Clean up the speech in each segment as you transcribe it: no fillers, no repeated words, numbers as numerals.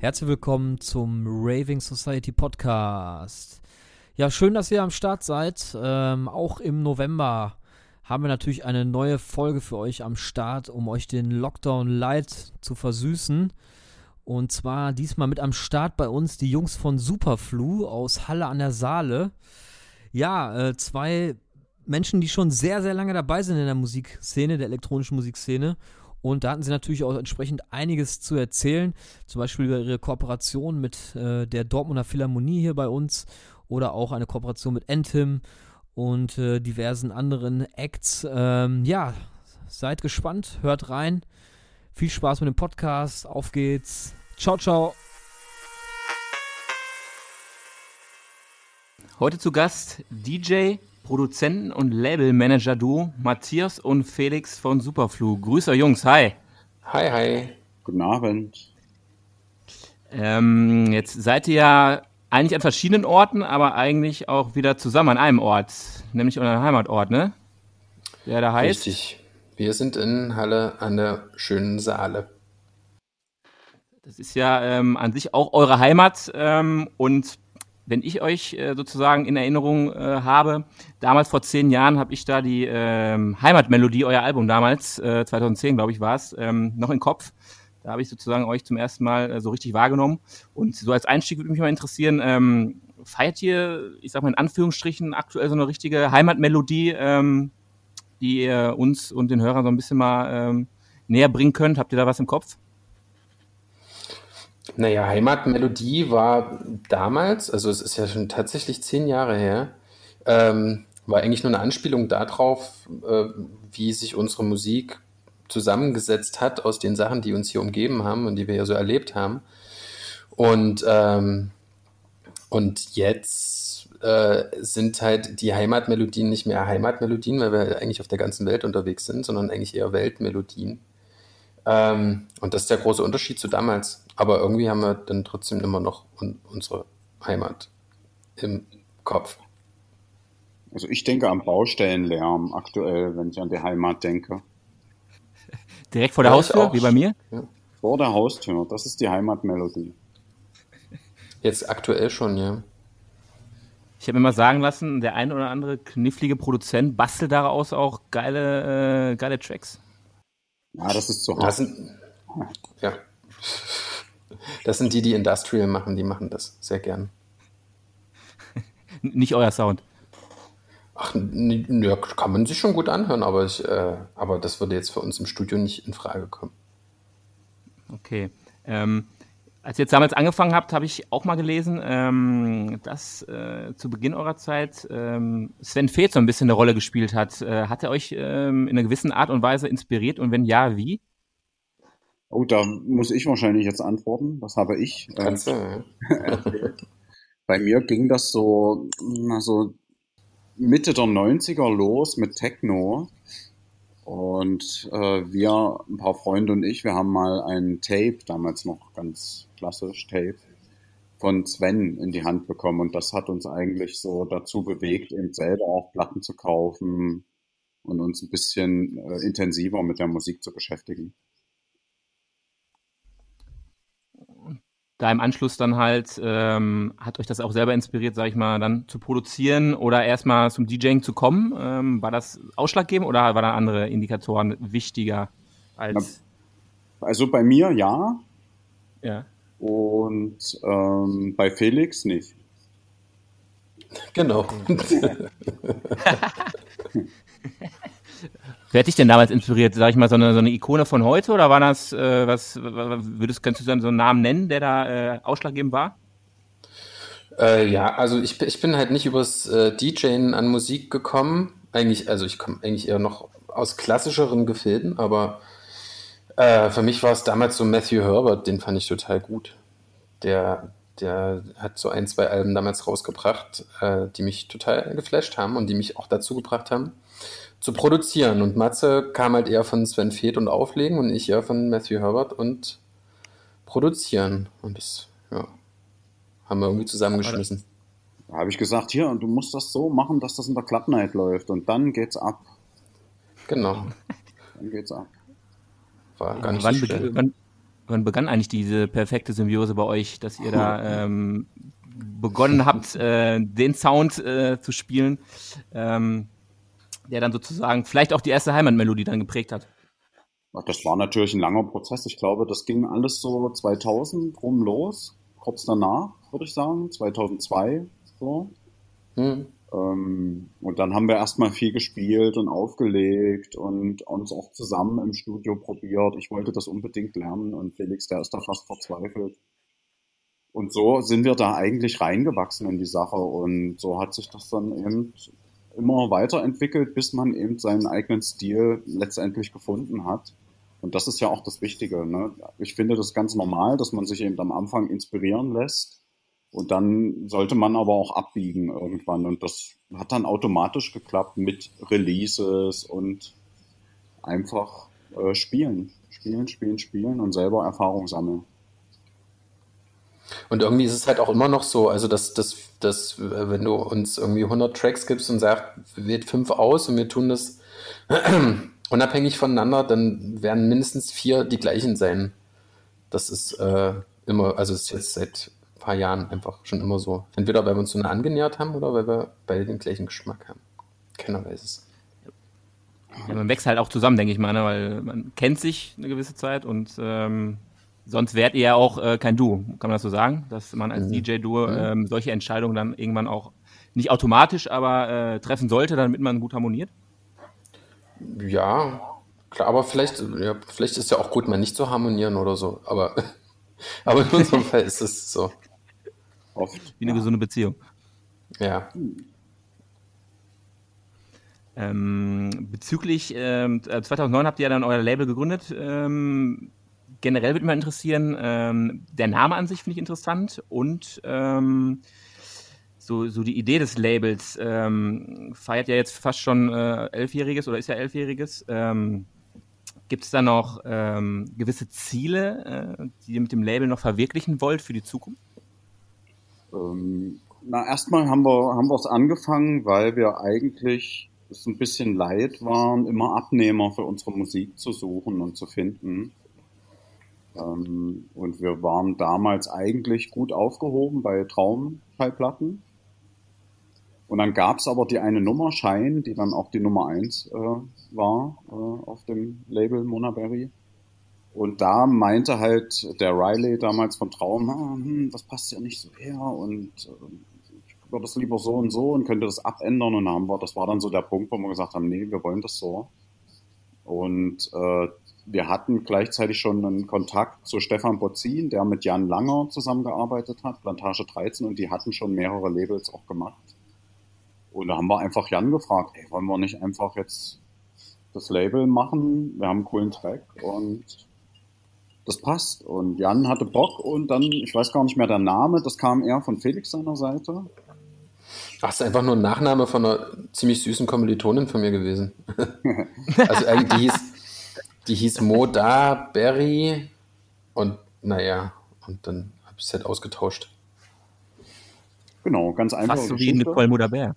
Herzlich willkommen zum Raving Society Podcast. Ja, schön, dass ihr am Start seid. Auch im November haben wir natürlich eine neue Folge für euch am Start, um euch den Lockdown Light zu versüßen. Und zwar diesmal mit am Start bei uns die Jungs von Superflu aus Halle an der Saale. Ja, zwei Menschen, die schon sehr, sehr lange dabei sind in der Musikszene, der elektronischen Musikszene. Und da hatten sie natürlich auch entsprechend einiges zu erzählen, zum Beispiel über ihre Kooperation mit der Dortmunder Philharmonie hier bei uns oder auch eine Kooperation mit Entim und diversen anderen Acts. Ja, seid gespannt, hört rein. Viel Spaß mit dem Podcast, auf geht's. Ciao, ciao. Heute zu Gast DJ, Produzenten und Labelmanager-Duo Matthias und Felix von Superflu. Grüß euch Jungs, hi. Hi, hi. Guten Abend. Jetzt seid ihr ja eigentlich an verschiedenen Orten, aber eigentlich auch wieder zusammen an einem Ort, nämlich euren Heimatort, ne? Der da heißt? Richtig. Wir sind in Halle an der schönen Saale. Das ist ja an sich auch eure Heimat und wenn ich euch sozusagen in Erinnerung habe, damals vor 10 Jahren habe ich da die Heimatmelodie, euer Album damals, 2010 glaube ich war es, noch im Kopf. Da habe ich sozusagen euch zum ersten Mal so richtig wahrgenommen. Und so als Einstieg würde mich mal interessieren, feiert ihr, ich sag mal in Anführungsstrichen, aktuell so eine richtige Heimatmelodie, die ihr uns und den Hörern so ein bisschen mal näher bringen könnt? Habt ihr da was im Kopf? Naja, Heimatmelodie war damals, also es ist ja schon tatsächlich 10 Jahre her, war eigentlich nur eine Anspielung darauf, wie sich unsere Musik zusammengesetzt hat aus den Sachen, die uns hier umgeben haben und die wir ja so erlebt haben. Und jetzt sind halt die Heimatmelodien nicht mehr Heimatmelodien, weil wir eigentlich auf der ganzen Welt unterwegs sind, sondern eigentlich eher Weltmelodien. Und das ist der große Unterschied zu damals. Aber irgendwie haben wir dann trotzdem immer noch unsere Heimat im Kopf. Also ich denke an Baustellenlärm aktuell, wenn ich an die Heimat denke. Direkt vor der Haustür, wie bei mir? Ja. Vor der Haustür, das ist die Heimatmelodie. Jetzt aktuell schon, ja. Ich habe mir mal sagen lassen, der ein oder andere knifflige Produzent bastelt daraus auch geile Tracks. Ja, das ist zu Das hart. sind die Industrial machen, die machen das sehr gern. Nicht euer Sound. Ach, ja, kann man sich schon gut anhören, aber das würde jetzt für uns im Studio nicht in Frage kommen. Okay. Als ihr jetzt damals angefangen habt, habe ich auch mal gelesen, dass zu Beginn eurer Zeit Sven Väth so ein bisschen eine Rolle gespielt hat. Hat er euch in einer gewissen Art und Weise inspiriert und wenn ja, wie? Oh, da muss ich wahrscheinlich jetzt antworten. Was habe ich? Kannst du, ja. Bei mir ging das so Mitte der 90er los mit Techno. Und wir, ein paar Freunde und ich, wir haben mal ein Tape, damals noch ganz klassisch Tape, von Sven in die Hand bekommen. Und das hat uns eigentlich so dazu bewegt, eben selber auch Platten zu kaufen und uns ein bisschen intensiver mit der Musik zu beschäftigen. Da im Anschluss dann halt, hat euch das auch selber inspiriert, sag ich mal, dann zu produzieren oder erstmal zum DJing zu kommen? War das ausschlaggebend oder waren da andere Indikatoren wichtiger als... Also bei mir ja. Ja. Und bei Felix nicht. Genau. Wer hat dich denn damals inspiriert? Sag ich mal, so eine Ikone von heute oder war das, kannst du so einen Namen nennen, der da ausschlaggebend war? Ja, also ich bin halt nicht übers DJen an Musik gekommen. Also ich komme eigentlich eher noch aus klassischeren Gefilden, aber für mich war es damals so Matthew Herbert, den fand ich total gut. Der hat so 1, 2 Alben damals rausgebracht, die mich total geflasht haben und die mich auch dazu gebracht haben, zu produzieren. Und Matze kam halt eher von Sven Väth und Auflegen und ich eher von Matthew Herbert und produzieren. Und das, ja, haben wir irgendwie zusammengeschmissen. Da habe ich gesagt, hier, du musst das so machen, dass das in der Club Night läuft. Und dann geht's ab. Genau. Dann geht's ab. War gar nicht so schwer. wann begann eigentlich diese perfekte Symbiose bei euch, dass ihr da begonnen habt, den Sound zu spielen, der dann sozusagen vielleicht auch die erste Heimatmelodie dann geprägt hat? Ach, das war natürlich ein langer Prozess. Ich glaube, das ging alles so 2000 rum los. Kurz danach, würde ich sagen, 2002 so. Und dann haben wir erstmal viel gespielt und aufgelegt und uns auch zusammen im Studio probiert. Ich wollte das unbedingt lernen und Felix, der ist da fast verzweifelt. Und so sind wir da eigentlich reingewachsen in die Sache und so hat sich das dann eben immer weiterentwickelt, bis man eben seinen eigenen Stil letztendlich gefunden hat. Und das ist ja auch das Wichtige, ne? Ich finde das ganz normal, dass man sich eben am Anfang inspirieren lässt. Und dann sollte man aber auch abbiegen irgendwann. Und das hat dann automatisch geklappt mit Releases und einfach spielen und selber Erfahrung sammeln. Und irgendwie ist es halt auch immer noch so, also dass wenn du uns irgendwie 100 Tracks gibst und sagst, wählt 5 aus und wir tun das unabhängig voneinander, dann werden mindestens 4 die gleichen sein. Das ist immer, also ist jetzt seit ein paar Jahren einfach schon immer so. Entweder weil wir uns so angenähert haben oder weil wir beide den gleichen Geschmack haben. Keiner weiß es. Ja, man wächst halt auch zusammen, denke ich mal, ne? Weil man kennt sich eine gewisse Zeit und sonst wärt ihr ja auch kein Duo, kann man das so sagen? Dass man als DJ-Duo solche Entscheidungen dann irgendwann auch nicht automatisch, aber treffen sollte, damit man gut harmoniert? Ja, klar, aber vielleicht ist ja auch gut, mal nicht zu harmonieren oder so. Aber in unserem Fall ist es so. Oft. Wie eine gesunde Beziehung. Ja. Bezüglich 2009 habt ihr ja dann euer Label gegründet. Generell würde mich mal interessieren, der Name an sich finde ich interessant und so die Idee des Labels feiert ja jetzt fast schon 11-jähriges oder ist ja 11-jähriges. Gibt es da noch gewisse Ziele, die ihr mit dem Label noch verwirklichen wollt für die Zukunft? Erstmal haben wir es angefangen, weil wir eigentlich es ein bisschen leid waren, immer Abnehmer für unsere Musik zu suchen und zu finden. Und wir waren damals eigentlich gut aufgehoben bei Traumschallplatten. Und dann gab es aber die eine Nummer, Shine, die dann auch die Nummer 1 war auf dem Label Monaberry. Und da meinte halt der Riley damals von Traum, das passt ja nicht so her und ich würde das lieber so und könnte das abändern. Und das war dann so der Punkt, wo wir gesagt haben, nee, wir wollen das so. Und wir hatten gleichzeitig schon einen Kontakt zu Stefan Bozzin, der mit Jan Langer zusammengearbeitet hat, Plantage 13, und die hatten schon mehrere Labels auch gemacht. Und da haben wir einfach Jan gefragt, ey, wollen wir nicht einfach jetzt das Label machen? Wir haben einen coolen Track und das passt. Und Jan hatte Bock und dann, ich weiß gar nicht mehr der Name, das kam eher von Felix seiner Seite. Ach, ist einfach nur ein Nachname von einer ziemlich süßen Kommilitonin von mir gewesen. Also eigentlich die hieß Moda Berry und naja, und dann habe ich es halt ausgetauscht. Genau, ganz einfach. Fast so wie Nicole Moda-Bär.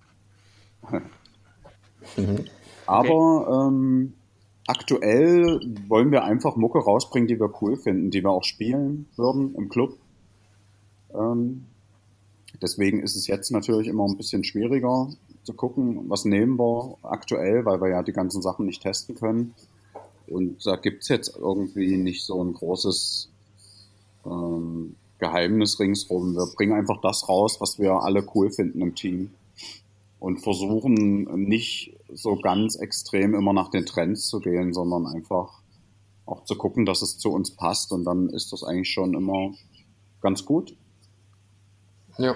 Aber aktuell wollen wir einfach Mucke rausbringen, die wir cool finden, die wir auch spielen würden im Club. Deswegen ist es jetzt natürlich immer ein bisschen schwieriger zu gucken, was nehmen wir aktuell, weil wir ja die ganzen Sachen nicht testen können. Und da gibt's jetzt irgendwie nicht so ein großes Geheimnis ringsrum. Wir bringen einfach das raus, was wir alle cool finden im Team. Und versuchen nicht so ganz extrem immer nach den Trends zu gehen, sondern einfach auch zu gucken, dass es zu uns passt. Und dann ist das eigentlich schon immer ganz gut. Ja.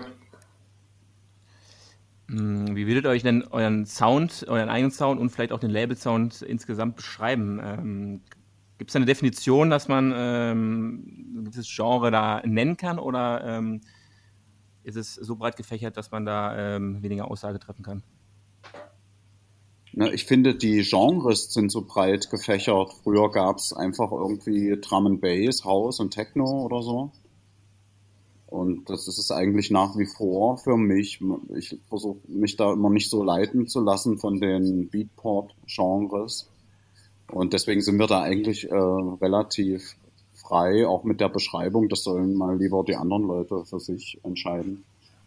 Wie würdet ihr euch denn euren Sound, euren eigenen Sound und vielleicht auch den Label-Sound insgesamt beschreiben? Gibt es eine Definition, dass man ein gewisses Genre da nennen kann oder ist es so breit gefächert, dass man da weniger Aussage treffen kann? Na, ich finde, die Genres sind so breit gefächert. Früher gab es einfach irgendwie Drum and Bass, House und Techno oder so. Und das ist es eigentlich nach wie vor für mich. Ich versuche mich da immer nicht so leiten zu lassen von den Beatport-Genres. Und deswegen sind wir da eigentlich relativ frei, auch mit der Beschreibung, das sollen mal lieber die anderen Leute für sich entscheiden.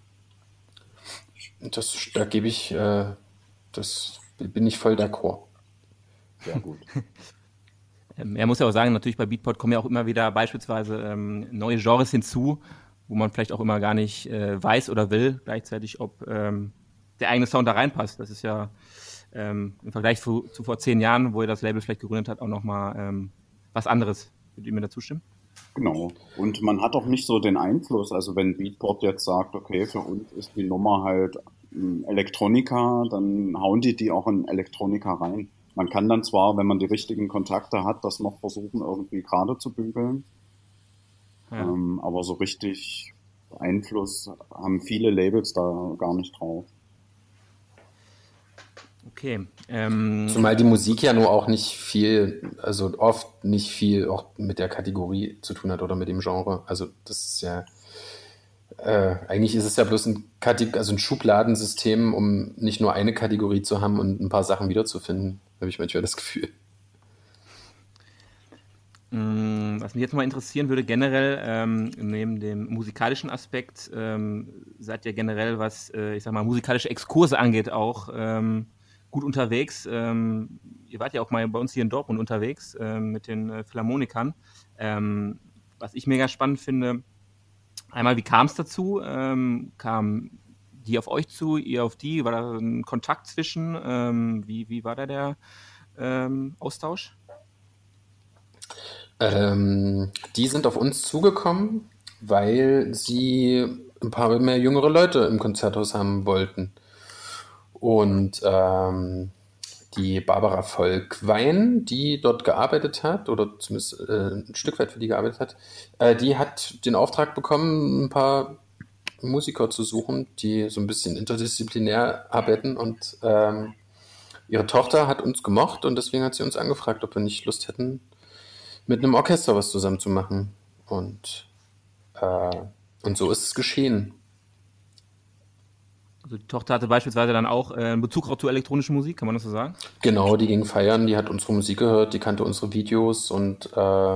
Da gebe ich, das bin ich voll d'accord. Sehr gut. Er muss ja auch sagen, natürlich bei Beatport kommen ja auch immer wieder beispielsweise neue Genres hinzu, wo man vielleicht auch immer gar nicht weiß oder will gleichzeitig, ob der eigene Sound da reinpasst. Das ist ja im Vergleich zu vor 10 Jahren, wo er das Label vielleicht gegründet hat, auch nochmal was anderes. Würdet ihr mir da zustimmen? Genau. Und man hat auch nicht so den Einfluss, also wenn Beatport jetzt sagt, okay, für uns ist die Nummer halt Elektronika, dann hauen die auch in Elektronika rein. Man kann dann zwar, wenn man die richtigen Kontakte hat, das noch versuchen, irgendwie gerade zu bügeln, Ja. aber so richtig Einfluss haben viele Labels da gar nicht drauf. Okay. Zumal die Musik ja nur auch nicht viel, also oft nicht viel auch mit der Kategorie zu tun hat oder mit dem Genre. Also das ist ja, eigentlich ist es ja bloß ein Schubladensystem, um nicht nur eine Kategorie zu haben und ein paar Sachen wiederzufinden, habe ich manchmal das Gefühl. Was mich jetzt mal interessieren würde, generell, neben dem musikalischen Aspekt, seid ihr generell, was, ich sag mal, musikalische Exkurse angeht, auch gut unterwegs. Ihr wart ja auch mal bei uns hier in Dortmund unterwegs mit den Philharmonikern. Was ich mega spannend finde, einmal, wie kam es dazu? Kam die auf euch zu, ihr auf die? War da ein Kontakt zwischen? Wie war da der Austausch? Die sind auf uns zugekommen, weil sie ein paar mehr jüngere Leute im Konzerthaus haben wollten. Und die Barbara Volkwein, die dort gearbeitet hat, oder zumindest ein Stück weit für die gearbeitet hat, die hat den Auftrag bekommen, ein paar Musiker zu suchen, die so ein bisschen interdisziplinär arbeiten. Und ihre Tochter hat uns gemocht und deswegen hat sie uns angefragt, ob wir nicht Lust hätten, mit einem Orchester was zusammen zu machen. Und so ist es geschehen. Also die Tochter hatte beispielsweise dann auch einen Bezug auch zur elektronischen Musik, kann man das so sagen? Genau, die ging feiern, die hat unsere Musik gehört, die kannte unsere Videos und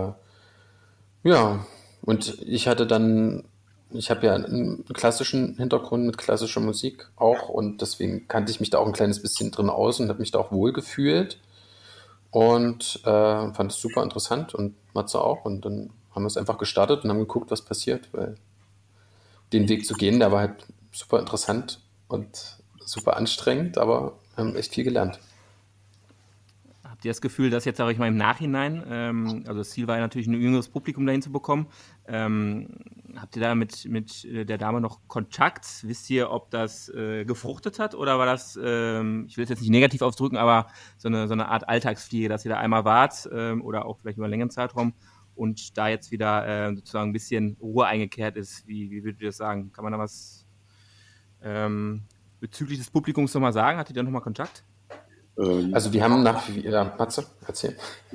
ja, und ich habe ja einen klassischen Hintergrund mit klassischer Musik auch und deswegen kannte ich mich da auch ein kleines bisschen drin aus und habe mich da auch wohl gefühlt und fand es super interessant und Matze auch und dann haben wir es einfach gestartet und haben geguckt, was passiert, weil den Weg zu gehen, der war halt super interessant und super anstrengend, aber wir haben echt viel gelernt. Habt ihr das Gefühl, dass jetzt, sage ich mal, im Nachhinein, also das Ziel war ja natürlich, ein jüngeres Publikum dahin zu bekommen, habt ihr da mit der Dame noch Kontakt? Wisst ihr, ob das gefruchtet hat oder war das, ich will es jetzt nicht negativ ausdrücken, aber so eine Art Alltagsfliege, dass ihr da einmal wart oder auch vielleicht über einen längeren Zeitraum und da jetzt wieder sozusagen ein bisschen Ruhe eingekehrt ist? Wie würdet ihr das sagen? Kann man da was bezüglich des Publikums nochmal sagen? Hattet ihr da nochmal Kontakt? Also wir haben Matze, erzähl.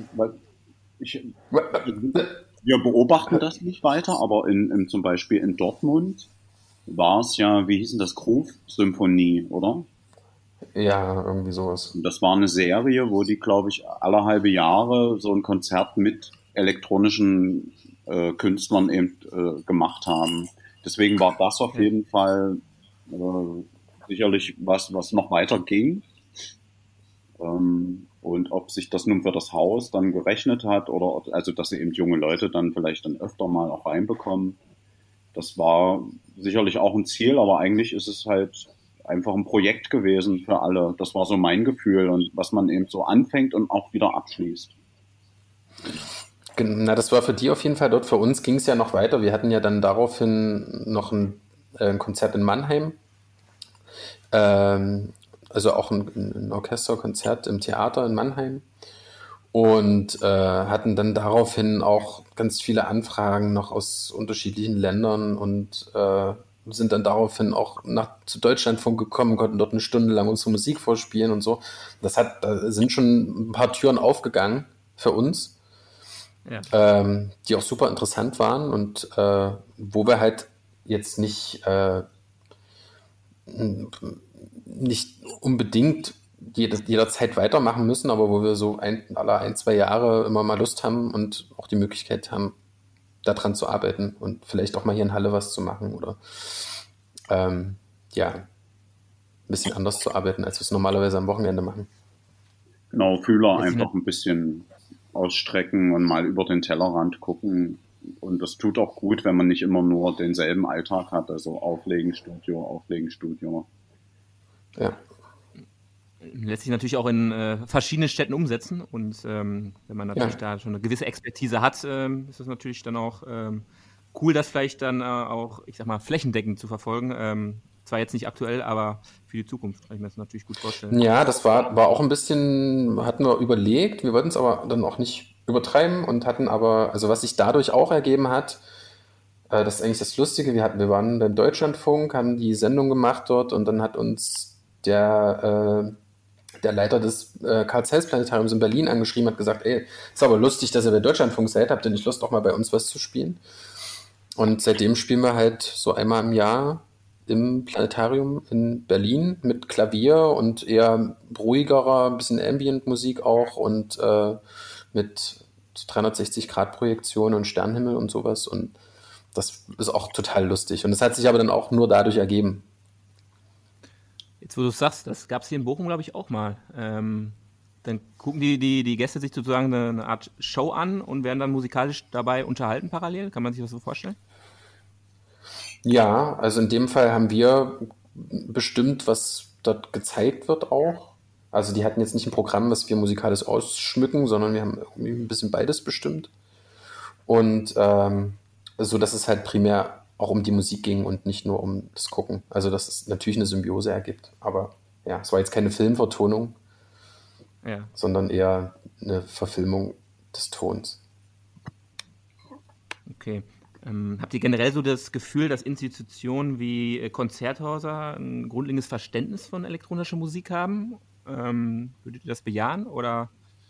Wir beobachten das nicht weiter, aber zum Beispiel in Dortmund war es ja, wie hieß denn das, Groove-Symphonie, oder? Ja, irgendwie sowas. Und das war eine Serie, wo die, glaube ich, alle halbe Jahre so ein Konzert mit elektronischen Künstlern eben gemacht haben. Deswegen war das auf jeden Fall sicherlich was noch weiter ging. Und ob sich das nun für das Haus dann gerechnet hat oder also dass sie eben junge Leute dann vielleicht dann öfter mal auch reinbekommen, das war sicherlich auch ein Ziel, aber eigentlich ist es halt einfach ein Projekt gewesen für alle. Das war so mein Gefühl und was man eben so anfängt und auch wieder abschließt. Na, das war für die auf jeden Fall dort. Für uns ging es ja noch weiter. Wir hatten ja dann daraufhin noch ein Konzert in Mannheim. Also auch ein Orchesterkonzert im Theater in Mannheim und hatten dann daraufhin auch ganz viele Anfragen noch aus unterschiedlichen Ländern und sind dann daraufhin auch zu Deutschlandfunk gekommen, konnten dort eine Stunde lang unsere Musik vorspielen und so. Da sind schon ein paar Türen aufgegangen für uns, die auch super interessant waren und wo wir halt jetzt nicht unbedingt jederzeit weitermachen müssen, aber wo wir so alle 1-2 Jahre immer mal Lust haben und auch die Möglichkeit haben, daran zu arbeiten und vielleicht auch mal hier in Halle was zu machen oder ein bisschen anders zu arbeiten, als wir es normalerweise am Wochenende machen. Genau, Fühler einfach ein bisschen ausstrecken und mal über den Tellerrand gucken. Und das tut auch gut, wenn man nicht immer nur denselben Alltag hat, also Auflegen, Studio. Ja. Lässt sich natürlich auch in verschiedenen Städten umsetzen und wenn man natürlich da schon eine gewisse Expertise hat, ist das natürlich dann auch cool, das vielleicht dann auch, ich sag mal, flächendeckend zu verfolgen. Zwar jetzt nicht aktuell, aber für die Zukunft kann ich mir das natürlich gut vorstellen. Ja, das war auch ein bisschen, hatten wir überlegt, wir wollten es aber dann auch nicht übertreiben und hatten aber, also was sich dadurch auch ergeben hat, das ist eigentlich das Lustige, wir waren beim Deutschlandfunk, haben die Sendung gemacht dort und dann hat uns der Leiter des Karl-Zeiss-Planetariums in Berlin angeschrieben, hat gesagt, ey, ist aber lustig, dass ihr bei Deutschlandfunk seid, habt ihr nicht Lust, auch mal bei uns was zu spielen? Und seitdem spielen wir halt so einmal im Jahr im Planetarium in Berlin mit Klavier und eher ruhigerer, ein bisschen Ambient-Musik auch und mit 360-Grad-Projektion und Sternenhimmel und sowas. Und das ist auch total lustig. Und das hat sich aber dann auch nur dadurch ergeben. Jetzt, wo du es sagst, das gab es hier in Bochum, glaube ich, auch mal. Dann gucken die Gäste sich sozusagen eine Art Show an und werden dann musikalisch dabei unterhalten parallel. Kann man sich das so vorstellen? Ja, also in dem Fall haben wir bestimmt, was dort gezeigt wird auch. Also die hatten jetzt nicht ein Programm, was wir musikalisch ausschmücken, sondern wir haben irgendwie ein bisschen beides bestimmt. Und so, dass es halt primär auch um die Musik ging und nicht nur um das Gucken. Also dass es natürlich eine Symbiose ergibt. Aber ja, es war jetzt keine Filmvertonung, sondern eher eine Verfilmung des Tons. Okay. Habt ihr generell so das Gefühl, dass Institutionen wie Konzerthäuser ein grundlegendes Verständnis von elektronischer Musik haben? Würdet ihr das bejahen oder?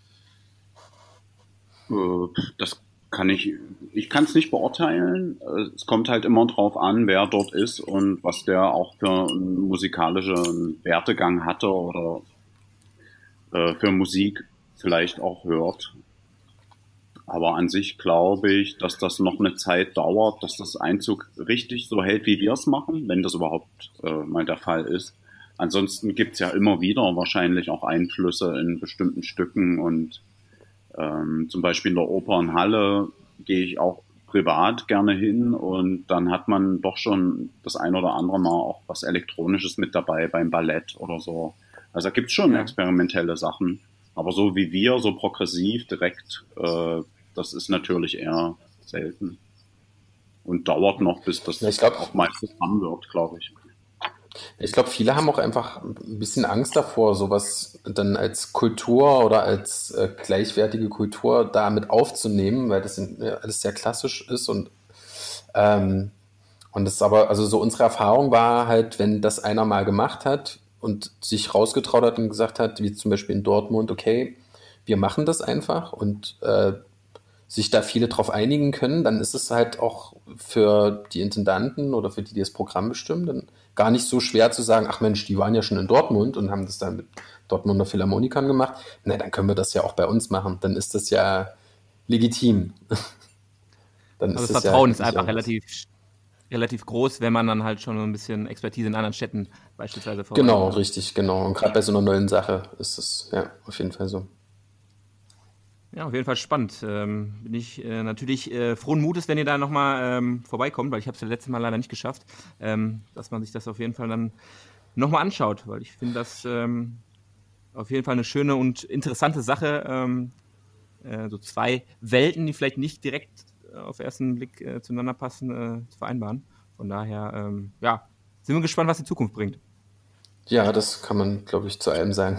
Das kann ich kann es nicht beurteilen. Es kommt halt immer drauf an, wer dort ist und was der auch für einen musikalischen Werdegang hatte oder für Musik vielleicht auch hört. Aber an sich glaube ich, dass das noch eine Zeit dauert, dass das Einzug richtig so hält, wie wir es machen, wenn das überhaupt mal der Fall ist. Ansonsten gibt's ja immer wieder wahrscheinlich auch Einflüsse in bestimmten Stücken und zum Beispiel in der Opernhalle gehe ich auch privat gerne hin und dann hat man doch schon das ein oder andere Mal auch was Elektronisches mit dabei beim Ballett oder so. Also da gibt's schon experimentelle Sachen. Aber so wie wir, so progressiv direkt, das ist natürlich eher selten. Und dauert noch, bis das auch meistens haben wird, glaube ich. Ich glaube, viele haben auch einfach ein bisschen Angst davor, sowas dann als Kultur oder als gleichwertige Kultur damit aufzunehmen, weil das alles sehr klassisch ist und das aber, also so unsere Erfahrung war halt, wenn das einer mal gemacht hat und sich rausgetraut hat und gesagt hat, wie zum Beispiel in Dortmund, okay, wir machen das einfach und sich da viele drauf einigen können, dann ist es halt auch für die Intendanten oder für die das Programm bestimmen, dann gar nicht so schwer zu sagen, ach Mensch, die waren ja schon in Dortmund und haben das dann mit Dortmunder Philharmonikern gemacht. Na, dann können wir das ja auch bei uns machen. Dann ist das ja legitim. Dann also das Vertrauen ist einfach relativ groß, wenn man dann halt schon ein bisschen Expertise in anderen Städten beispielsweise vorhat. Genau, richtig, genau. Und gerade bei so einer neuen Sache ist es ja auf jeden Fall so. Ja, auf jeden Fall spannend. Bin ich natürlich frohen Mutes, wenn ihr da nochmal vorbeikommt, weil ich habe es das letzte Mal leider nicht geschafft, dass man sich das auf jeden Fall dann nochmal anschaut, weil ich finde das auf jeden Fall eine schöne und interessante Sache. So zwei Welten, die vielleicht nicht direkt auf den ersten Blick zueinander passen, zu vereinbaren. Von daher, sind wir gespannt, was die Zukunft bringt. Ja, das kann man, glaube ich, zu allem sagen.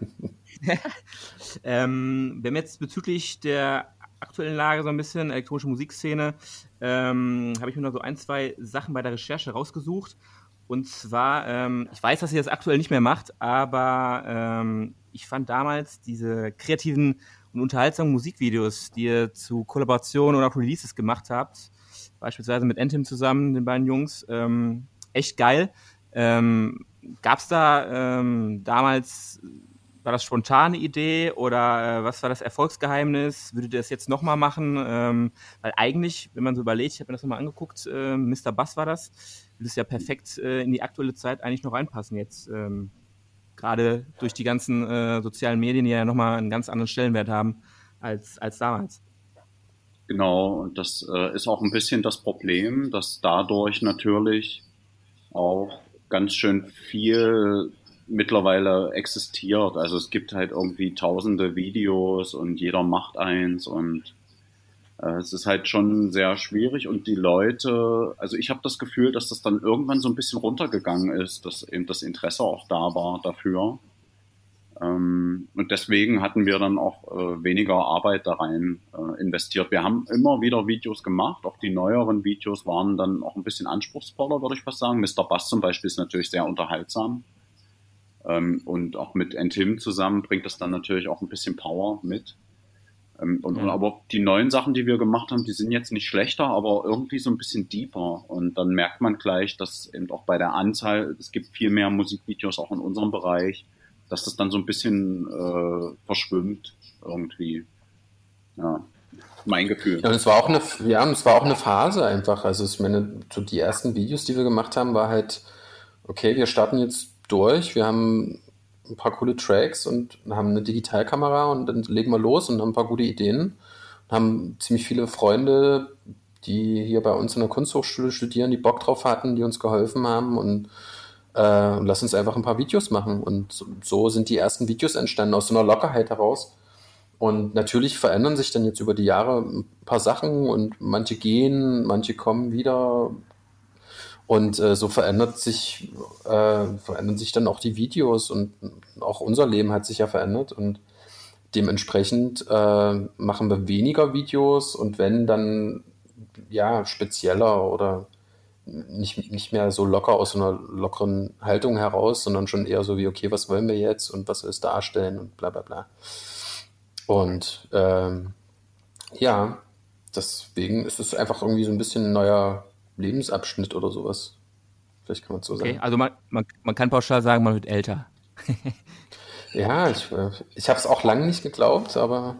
Wenn wir jetzt bezüglich der aktuellen Lage so ein bisschen, elektronische Musikszene, habe ich mir noch so 1-2 Sachen bei der Recherche rausgesucht. Und zwar, ich weiß, dass ihr das aktuell nicht mehr macht, aber ich fand damals diese kreativen und unterhaltsamen Musikvideos, die ihr zu Kollaborationen oder Releases gemacht habt, beispielsweise mit Anthem zusammen, den beiden Jungs, echt geil. Gab es da damals war das spontane Idee oder was war das Erfolgsgeheimnis? Würdet ihr das jetzt nochmal machen? Weil eigentlich, wenn man so überlegt, ich habe mir das nochmal angeguckt, Mr. Bass war das, würde es ja perfekt in die aktuelle Zeit eigentlich noch reinpassen jetzt. Gerade durch die ganzen sozialen Medien, die ja nochmal einen ganz anderen Stellenwert haben als damals. Genau, und das ist auch ein bisschen das Problem, dass dadurch natürlich auch ganz schön viel mittlerweile existiert. Also es gibt halt irgendwie tausende Videos und jeder macht eins und es ist halt schon sehr schwierig und die Leute, also ich habe das Gefühl, dass das dann irgendwann so ein bisschen runtergegangen ist, dass eben das Interesse auch da war dafür. Und deswegen hatten wir dann auch weniger Arbeit da rein investiert. Wir haben immer wieder Videos gemacht. Auch die neueren Videos waren dann auch ein bisschen anspruchsvoller, würde ich fast sagen. Mr. Bass zum Beispiel ist natürlich sehr unterhaltsam. Und auch mit Entim zusammen bringt das dann natürlich auch ein bisschen Power mit. Aber die neuen Sachen, die wir gemacht haben, die sind jetzt nicht schlechter, aber irgendwie so ein bisschen deeper. Und dann merkt man gleich, dass eben auch bei der Anzahl, es gibt viel mehr Musikvideos auch in unserem Bereich, dass das dann so ein bisschen verschwimmt irgendwie. Ja, mein Gefühl. Ja, und es war auch eine Phase einfach. Also ich meine, so die ersten Videos, die wir gemacht haben, war halt, okay, wir starten jetzt durch, wir haben ein paar coole Tracks und haben eine Digitalkamera und dann legen wir los und haben ein paar gute Ideen. Und haben ziemlich viele Freunde, die hier bei uns in der Kunsthochschule studieren, die Bock drauf hatten, die uns geholfen haben und lass uns einfach ein paar Videos machen. Und so sind die ersten Videos entstanden, aus so einer Lockerheit heraus. Und natürlich verändern sich dann jetzt über die Jahre ein paar Sachen und manche gehen, manche kommen wieder. Und so verändern sich dann auch die Videos und auch unser Leben hat sich ja verändert. Und dementsprechend machen wir weniger Videos und wenn, dann ja spezieller oder nicht mehr so locker aus so einer lockeren Haltung heraus, sondern schon eher so wie, okay, was wollen wir jetzt und was soll es darstellen und bla bla bla. Und ja, deswegen ist es einfach irgendwie so ein bisschen ein neuer Lebensabschnitt oder sowas. Vielleicht kann man es so sagen. Okay, also man kann pauschal sagen, man wird älter. Ja, ich habe es auch lange nicht geglaubt, aber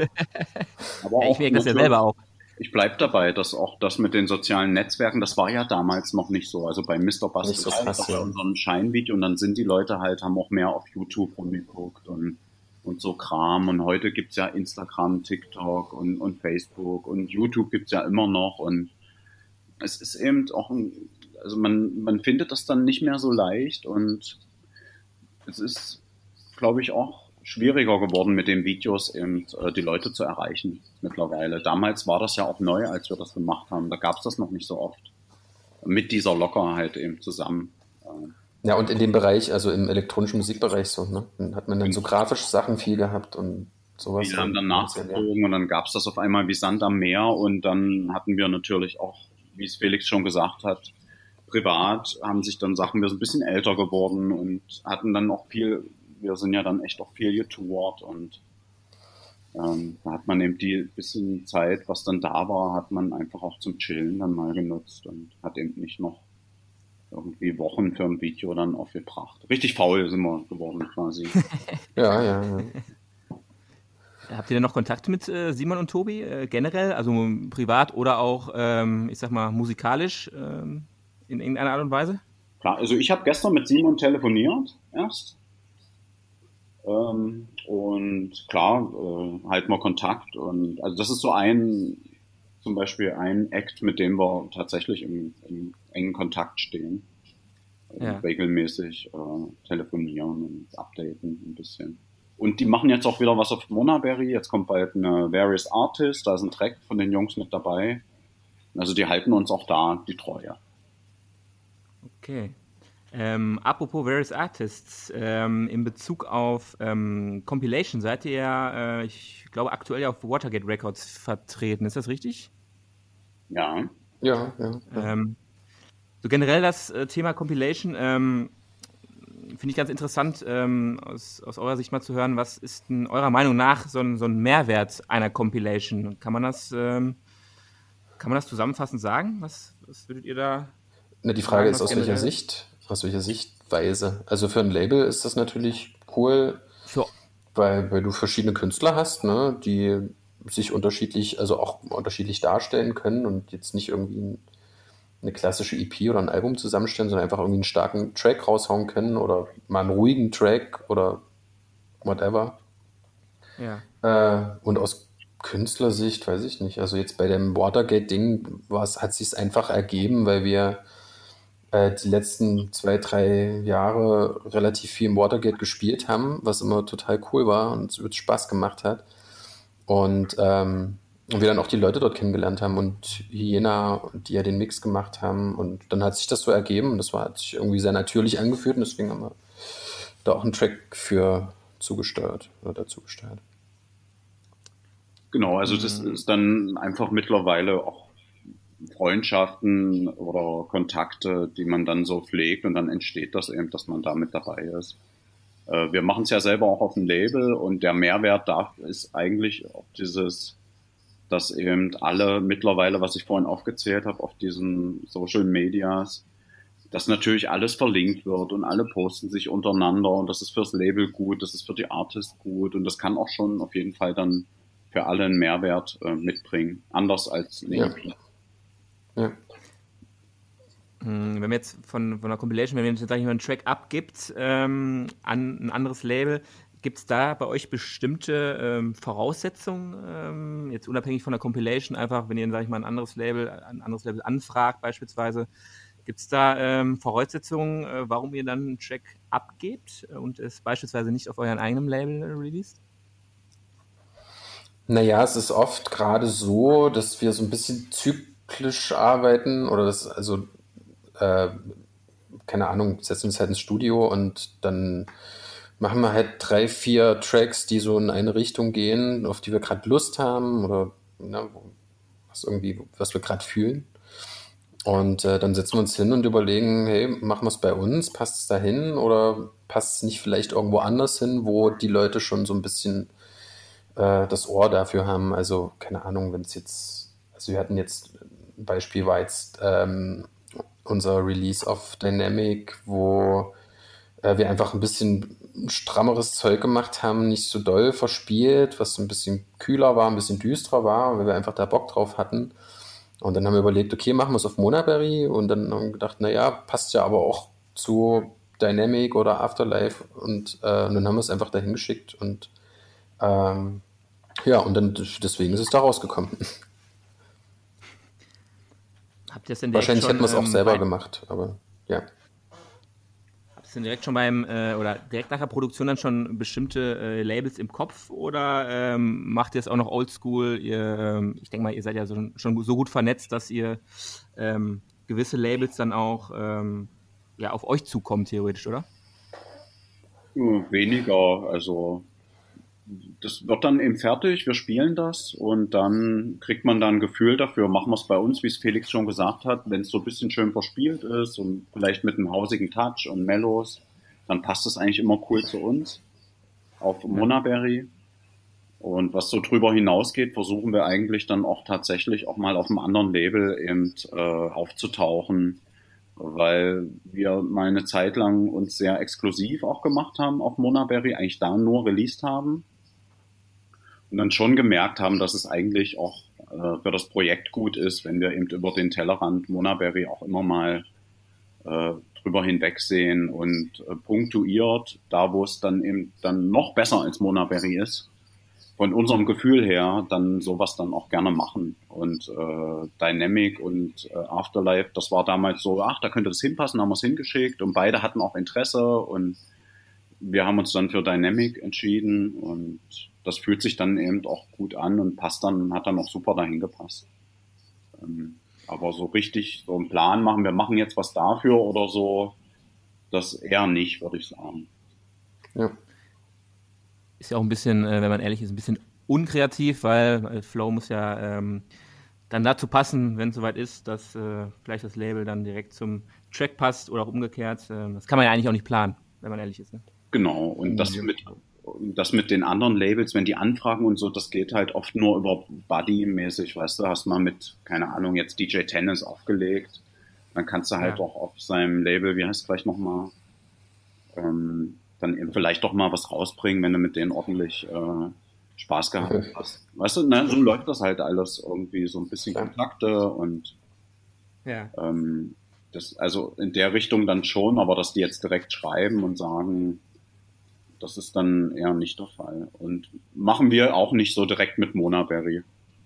Aber Ich merke das ja selber auch. Ich bleibe dabei, dass auch das mit den sozialen Netzwerken, das war ja damals noch nicht so. Also bei Mr. Bass Nicht so ist krass, das bei ja. unserem Scheinvideo und dann sind die Leute halt, haben auch mehr auf YouTube rumgeguckt und so Kram. Und heute gibt's ja Instagram, TikTok und Facebook und YouTube gibt's ja immer noch. Und es ist eben auch also man findet das dann nicht mehr so leicht und es ist, glaube ich, auch schwieriger geworden, mit den Videos eben die Leute zu erreichen mittlerweile. Damals war das ja auch neu, als wir das gemacht haben. Da gab es das noch nicht so oft. Mit dieser Lockerheit eben zusammen. ja, und in dem Bereich, also im elektronischen Musikbereich so, ne? Dann hat man dann so grafische Sachen viel gehabt und sowas. Viele haben dann Ja. nachgezogen und dann gab es das auf einmal wie Sand am Meer und dann hatten wir natürlich auch, wie es Felix schon gesagt hat, privat haben sich dann Sachen, wir sind ein bisschen älter geworden und hatten dann auch viel, wir sind ja dann echt auch viel getourt und da hat man eben die bisschen Zeit, was dann da war, hat man einfach auch zum Chillen dann mal genutzt und hat eben nicht noch irgendwie Wochen für ein Video dann aufgebracht. Richtig faul sind wir geworden quasi. Ja. Habt ihr denn noch Kontakt mit Simon und Tobi generell, also privat oder auch, ich sag mal, musikalisch in irgendeiner Art und Weise? Klar, also ich habe gestern mit Simon telefoniert erst. Und klar, halten wir Kontakt. Und also das ist so zum Beispiel ein Act, mit dem wir tatsächlich im engen Kontakt stehen. Ja. Regelmäßig telefonieren und updaten ein bisschen. Und die machen jetzt auch wieder was auf Monaberry. Jetzt kommt bald eine Various Artist, da ist ein Track von den Jungs mit dabei. Also die halten uns auch da die Treue. Okay. Apropos Various Artists, in Bezug auf Compilation seid ihr ja, ich glaube, aktuell ja auf Watergate Records vertreten. Ist das richtig? Ja. Ja. So generell das Thema Compilation finde ich ganz interessant, aus eurer Sicht mal zu hören, was ist denn eurer Meinung nach so ein Mehrwert einer Compilation? Kann man das zusammenfassend sagen? Was würdet ihr da? Na, die Frage ist, was aus welcher generell? Sichtweise. Also für ein Label ist das natürlich cool, Für, weil du verschiedene Künstler hast, ne, die sich unterschiedlich, also auch unterschiedlich darstellen können und jetzt nicht irgendwie eine klassische EP oder ein Album zusammenstellen, sondern einfach irgendwie einen starken Track raushauen können oder mal einen ruhigen Track oder whatever. ja. Und aus Künstlersicht weiß ich nicht. Also jetzt bei dem Watergate-Ding hat sich einfach ergeben, weil wir die letzten 2, 3 Jahre relativ viel im Watergate gespielt haben, was immer total cool war und es wird Spaß gemacht hat. Und wir dann auch die Leute dort kennengelernt haben und Hyena, die ja den Mix gemacht haben. Und dann hat sich das so ergeben und hat sich irgendwie sehr natürlich angefühlt und deswegen haben wir da auch einen Track für zugesteuert oder dazu gesteuert. Genau, also das ist dann einfach mittlerweile auch Freundschaften oder Kontakte, die man dann so pflegt und dann entsteht das eben, dass man da mit dabei ist. Wir machen es ja selber auch auf dem Label und der Mehrwert da ist eigentlich auch dass eben alle mittlerweile, was ich vorhin aufgezählt habe, auf diesen Social Medias, dass natürlich alles verlinkt wird und alle posten sich untereinander und das ist fürs Label gut, das ist für die Artist gut und das kann auch schon auf jeden Fall dann für alle einen Mehrwert mitbringen, anders als eine EP. Ja. Wenn wir jetzt von einer Compilation, wenn ihr jetzt, sag ich mal, einen Track abgibt an ein anderes Label, gibt es da bei euch bestimmte Voraussetzungen, jetzt unabhängig von der Compilation, einfach, wenn ihr, sag ich mal, ein anderes Label anfragt beispielsweise, gibt es da Voraussetzungen, warum ihr dann einen Track abgebt und es beispielsweise nicht auf eurem eigenen Label released? Naja, es ist oft gerade so, dass wir so ein bisschen zyklisch arbeiten oder keine Ahnung, setzen uns halt ins Studio und dann machen wir halt 3, 4 Tracks, die so in eine Richtung gehen, auf die wir gerade Lust haben oder was wir gerade fühlen. Und dann setzen wir uns hin und überlegen, hey, machen wir es bei uns? Passt es dahin oder passt es nicht vielleicht irgendwo anders hin, wo die Leute schon so ein bisschen das Ohr dafür haben? Also keine Ahnung, wir hatten jetzt, ein Beispiel war jetzt unser Release auf Dynamic, wo wir einfach ein bisschen strammeres Zeug gemacht haben, nicht so doll verspielt, was ein bisschen kühler war, ein bisschen düsterer war, weil wir einfach da Bock drauf hatten. Und dann haben wir überlegt, okay, machen wir es auf Monaberry und dann haben wir gedacht, naja, passt ja aber auch zu Dynamic oder Afterlife und dann haben wir es einfach dahin geschickt und ja, und dann deswegen ist es da rausgekommen. Habt ihr es denn Wahrscheinlich schon, hätten wir es auch selber gemacht, aber ja. Habt ihr denn direkt schon oder direkt nach der Produktion dann schon bestimmte Labels im Kopf oder macht ihr es auch noch oldschool? Ich denke mal, ihr seid ja schon so gut vernetzt, dass ihr gewisse Labels dann auch auf euch zukommen, theoretisch, oder? Weniger, also das wird dann eben fertig, wir spielen das und dann kriegt man dann ein Gefühl dafür, machen wir es bei uns, wie es Felix schon gesagt hat, wenn es so ein bisschen schön verspielt ist und vielleicht mit einem hausigen Touch und Mellows, dann passt es eigentlich immer cool zu uns auf Monaberry. Und was so drüber hinausgeht, versuchen wir eigentlich dann auch tatsächlich auch mal auf einem anderen Label eben aufzutauchen, weil wir mal eine Zeit lang uns sehr exklusiv auch gemacht haben auf Monaberry, eigentlich da nur released haben. Und dann schon gemerkt haben, dass es eigentlich auch für das Projekt gut ist, wenn wir eben über den Tellerrand Monaberry auch immer mal drüber hinwegsehen und punktuiert, da wo es dann eben dann noch besser als Monaberry ist, von unserem Gefühl her dann sowas dann auch gerne machen. Und Dynamic und Afterlife, das war damals so, da könnte das hinpassen, haben wir es hingeschickt und beide hatten auch Interesse und wir haben uns dann für Dynamic entschieden und das fühlt sich dann eben auch gut an und hat dann auch super dahin gepasst. Aber so richtig so einen Plan machen, wir machen jetzt was dafür oder so, das eher nicht, würde ich sagen. Ja. Ist ja auch ein bisschen, wenn man ehrlich ist, ein bisschen unkreativ, weil Flow muss ja dann dazu passen, wenn es soweit ist, dass vielleicht das Label dann direkt zum Track passt oder auch umgekehrt. Das kann man ja eigentlich auch nicht planen, wenn man ehrlich ist. Ne? Genau, und das mit den anderen Labels, wenn die anfragen und so, das geht halt oft nur über Buddy-mäßig, weißt du, hast mal mit, keine Ahnung, jetzt DJ Tennis aufgelegt, dann kannst du halt auch auf seinem Label, wie heißt es gleich nochmal, dann eben vielleicht doch mal was rausbringen, wenn du mit denen ordentlich Spaß gehabt hast. Weißt du, ne, so läuft das halt alles irgendwie, so ein bisschen Kontakte und Ja. das, also in der Richtung dann schon, aber dass die jetzt direkt schreiben und sagen, das ist dann eher nicht der Fall. Und machen wir auch nicht so direkt mit Monaberry.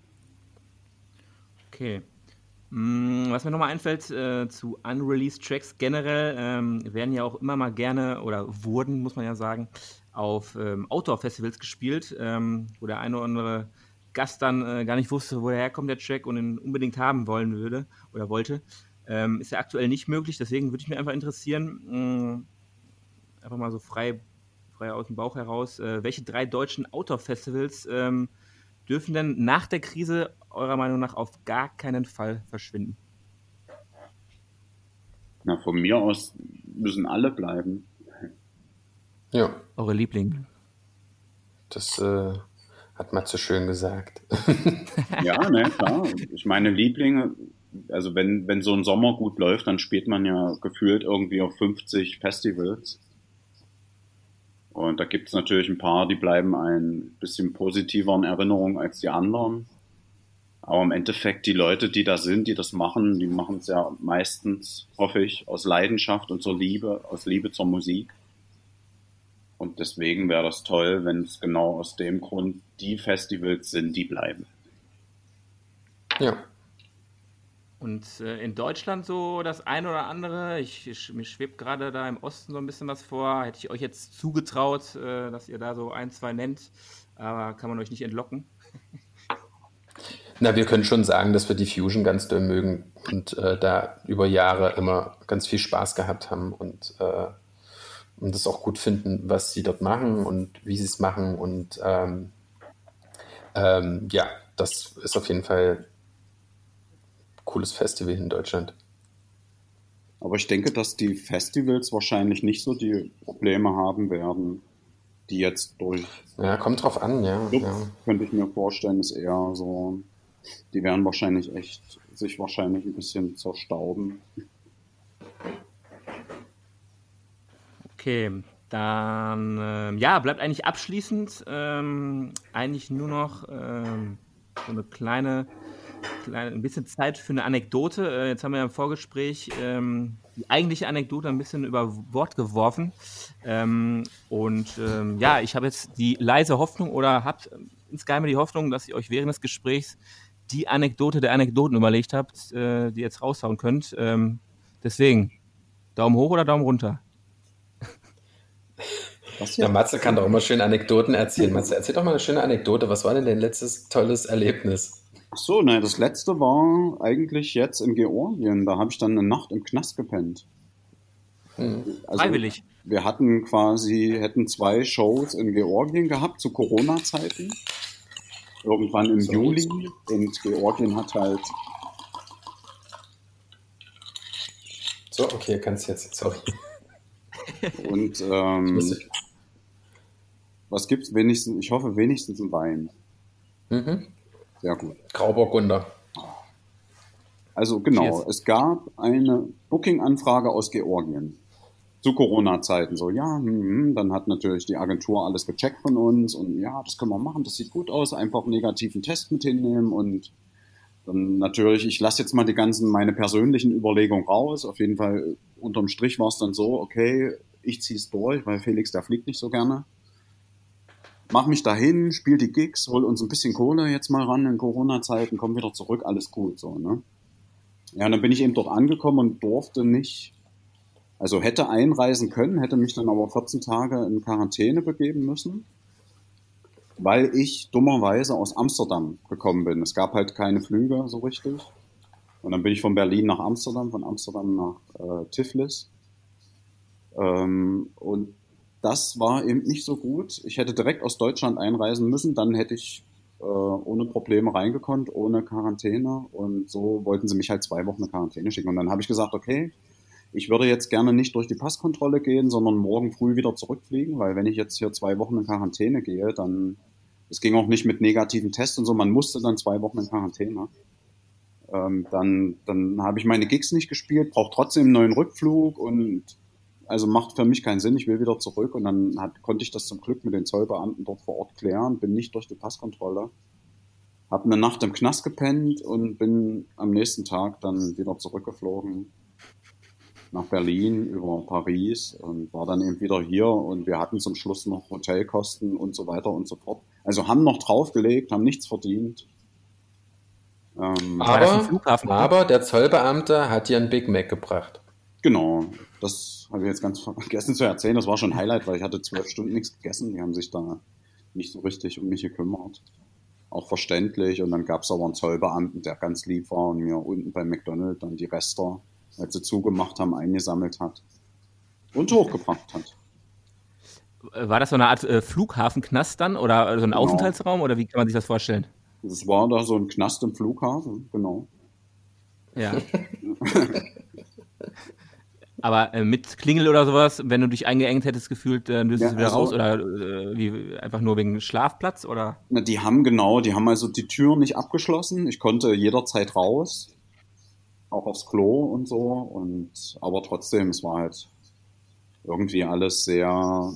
Okay. Was mir nochmal einfällt zu Unreleased Tracks generell, werden ja auch immer mal gerne, oder wurden, muss man ja sagen, auf Outdoor-Festivals gespielt, wo der eine oder andere Gast dann gar nicht wusste, woher herkommt der Track und ihn unbedingt haben wollen würde oder wollte. Ist ja aktuell nicht möglich, deswegen würde ich mich einfach interessieren, einfach mal so frei aus dem Bauch heraus, welche 3 deutschen Outdoor-Festivals dürfen denn nach der Krise eurer Meinung nach auf gar keinen Fall verschwinden? Na, von mir aus müssen alle bleiben. Ja, Eure Lieblinge? das hat Matze schön gesagt. Ja, ne, klar. Ich meine, Lieblinge, also wenn so ein Sommer gut läuft, dann spielt man ja gefühlt irgendwie auf 50 Festivals. Und da gibt es natürlich ein paar, die bleiben ein bisschen positiver in Erinnerung als die anderen. Aber im Endeffekt, die Leute, die da sind, die das machen, die machen es ja meistens, hoffe ich, aus Leidenschaft und zur Liebe, aus Liebe zur Musik. Und deswegen wäre das toll, wenn es genau aus dem Grund die Festivals sind, die bleiben. Ja. Und in Deutschland so das eine oder andere, mir schwebt gerade da im Osten so ein bisschen was vor, hätte ich euch jetzt zugetraut, dass ihr da so 1, 2 nennt, aber kann man euch nicht entlocken. Na, wir können schon sagen, dass wir die Fusion ganz doll mögen und da über Jahre immer ganz viel Spaß gehabt haben und das auch gut finden, was sie dort machen und wie sie es machen. Und ja, das ist auf jeden Fall ein cooles Festival in Deutschland. Aber ich denke, dass die Festivals wahrscheinlich nicht so die Probleme haben werden, die jetzt durch Ja, kommt drauf an, ja. Clubs, Ja. könnte ich mir vorstellen, ist eher so, die werden wahrscheinlich sich wahrscheinlich ein bisschen zerstauben. Okay, dann ja, bleibt eigentlich abschließend eigentlich nur noch so eine kleine, ein bisschen Zeit für eine Anekdote. Jetzt haben wir ja im Vorgespräch die eigentliche Anekdote ein bisschen über Bord geworfen. Ja, ich habe jetzt die leise Hoffnung oder habt insgeheim die Hoffnung, dass ihr euch während des Gesprächs die Anekdote der Anekdoten überlegt habt, die ihr jetzt raushauen könnt. Deswegen, Daumen hoch oder Daumen runter? Ja, Matze kann doch immer schön Anekdoten erzählen. Matze, erzähl doch mal eine schöne Anekdote. Was war denn dein letztes tolles Erlebnis? Ach so, ne, das letzte war eigentlich jetzt in Georgien. Da habe ich dann eine Nacht im Knast gepennt. Also, Freiwillig. wir hätten 2 Shows in Georgien gehabt zu Corona-Zeiten. Irgendwann im Juli. Und Georgien hat halt. So, okay, kannst jetzt. Sorry. Und was gibt's wenigstens? Ich hoffe wenigstens einen Wein. Mhm. Sehr gut. Grauburgunder. Also genau, Cheers. Es gab eine Booking-Anfrage aus Georgien zu Corona-Zeiten. So, ja, dann hat natürlich die Agentur alles gecheckt von uns und ja, das können wir machen, das sieht gut aus, einfach einen negativen Test mit hinnehmen und dann natürlich, ich lasse jetzt mal meine persönlichen Überlegungen raus. Auf jeden Fall, unterm Strich war es dann so, okay, ich ziehe es durch, weil Felix, der fliegt nicht so gerne. Mach mich dahin, spiel die Gigs, hol uns ein bisschen Kohle jetzt mal ran in Corona-Zeiten, komm wieder zurück, alles gut, so, ne? Ja, und dann bin ich eben dort angekommen und durfte nicht, also hätte einreisen können, hätte mich dann aber 14 Tage in Quarantäne begeben müssen, weil ich dummerweise aus Amsterdam gekommen bin. Es gab halt keine Flüge so richtig. Und dann bin ich von Berlin nach Amsterdam, von Amsterdam nach Tiflis. Und das war eben nicht so gut. Ich hätte direkt aus Deutschland einreisen müssen, dann hätte ich ohne Probleme reingekonnt, ohne Quarantäne. Und so wollten sie mich halt 2 Wochen in Quarantäne schicken. Und dann habe ich gesagt, okay, ich würde jetzt gerne nicht durch die Passkontrolle gehen, sondern morgen früh wieder zurückfliegen, weil wenn ich jetzt hier 2 Wochen in Quarantäne gehe, dann, es ging auch nicht mit negativen Tests und so, man musste dann 2 Wochen in Quarantäne. Dann habe ich meine Gigs nicht gespielt, brauche trotzdem einen neuen Rückflug und also macht für mich keinen Sinn, ich will wieder zurück. Und dann konnte ich das zum Glück mit den Zollbeamten dort vor Ort klären, bin nicht durch die Passkontrolle, habe eine Nacht im Knast gepennt und bin am nächsten Tag dann wieder zurückgeflogen nach Berlin über Paris und war dann eben wieder hier und wir hatten zum Schluss noch Hotelkosten und so weiter und so fort. Also haben noch draufgelegt, haben nichts verdient. Aber der Zollbeamte hat dir einen Big Mac gebracht. Genau, das habe ich jetzt ganz vergessen zu erzählen. Das war schon ein Highlight, weil ich hatte 12 Stunden nichts gegessen. Die haben sich da nicht so richtig um mich gekümmert. Auch verständlich. Und dann gab es aber einen Zollbeamten, der ganz lieb war und mir unten bei McDonald's dann die Reste, als sie zugemacht haben, eingesammelt hat und hochgebracht hat. War das so eine Art Flughafenknast dann oder so ein Aufenthaltsraum oder wie kann man sich das vorstellen? Das war da so ein Knast im Flughafen, genau. Ja. Aber mit Klingel oder sowas, wenn du dich eingeengt hättest gefühlt, dann müsstest du wieder raus oder wie einfach nur wegen Schlafplatz oder? Na, die haben also die Tür nicht abgeschlossen. Ich konnte jederzeit raus, auch aufs Klo und so. Aber trotzdem, es war halt irgendwie alles sehr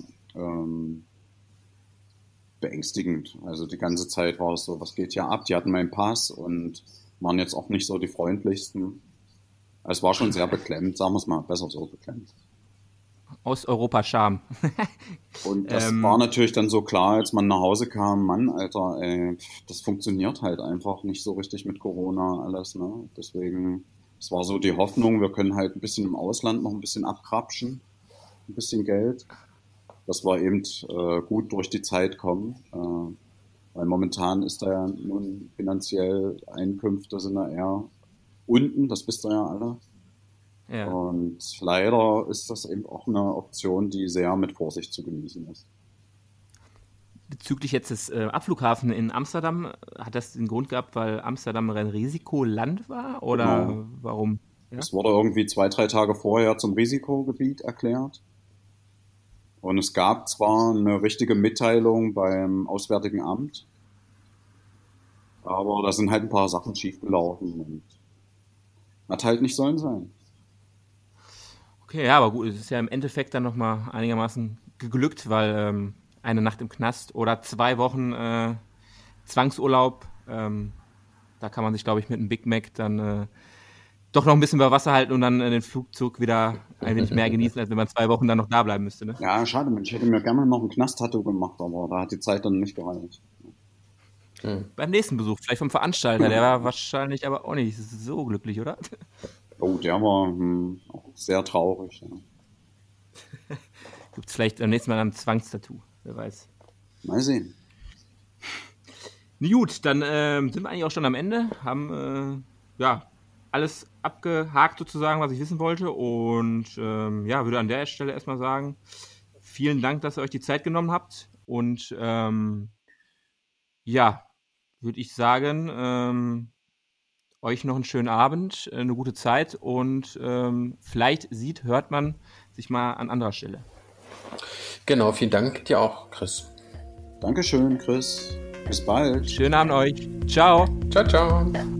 beängstigend. Also die ganze Zeit war es so, was geht hier ab? Die hatten meinen Pass und waren jetzt auch nicht so die freundlichsten. Es war schon sehr beklemmt, sagen wir es mal, besser so beklemmt. Osteuropa-Charme. Und das war natürlich dann so klar, als man nach Hause kam, Mann, Alter, ey, das funktioniert halt einfach nicht so richtig mit Corona alles, ne? Deswegen, es war so die Hoffnung, wir können halt ein bisschen im Ausland noch ein bisschen abkrapschen, ein bisschen Geld, dass wir eben gut durch die Zeit kommen. Weil momentan ist da ja nun finanziell Einkünfte sind da eher unten, das wisst ihr ja alle. Ja. Und leider ist das eben auch eine Option, die sehr mit Vorsicht zu genießen ist. Bezüglich jetzt des Abflughafen in Amsterdam, hat das den Grund gehabt, weil Amsterdam ein Risikoland war? Oder Genau. Warum? Ja? Es wurde irgendwie 2-3 Tage vorher zum Risikogebiet erklärt. Und es gab zwar eine richtige Mitteilung beim Auswärtigen Amt, aber da sind halt ein paar Sachen schiefgelaufen und hat halt nicht sollen sein. Okay, ja, aber gut, es ist ja im Endeffekt dann nochmal einigermaßen geglückt, weil eine Nacht im Knast oder 2 Wochen Zwangsurlaub, da kann man sich, glaube ich, mit einem Big Mac dann doch noch ein bisschen bei Wasser halten und dann den Flugzeug wieder ein wenig mehr genießen, als wenn man 2 Wochen dann noch da bleiben müsste. Ne? Ja, schade, Mensch, ich hätte mir gerne noch ein Knast-Tattoo gemacht, aber da hat die Zeit dann nicht gereicht. Beim nächsten Besuch, vielleicht vom Veranstalter, der war wahrscheinlich aber auch nicht so glücklich, oder? Oh, der war auch sehr traurig. Ja. Gibt es vielleicht am nächsten Mal ein Zwangstattoo, wer weiß. Mal sehen. Gut, dann sind wir eigentlich auch schon am Ende, haben alles abgehakt sozusagen, was ich wissen wollte und würde an der Stelle erstmal sagen, vielen Dank, dass ihr euch die Zeit genommen habt und würde ich sagen, euch noch einen schönen Abend, eine gute Zeit und vielleicht hört man sich mal an anderer Stelle. Genau, vielen Dank dir auch, Chris. Dankeschön, Chris. Bis bald. Schönen Abend euch. Ciao. Ciao, ciao.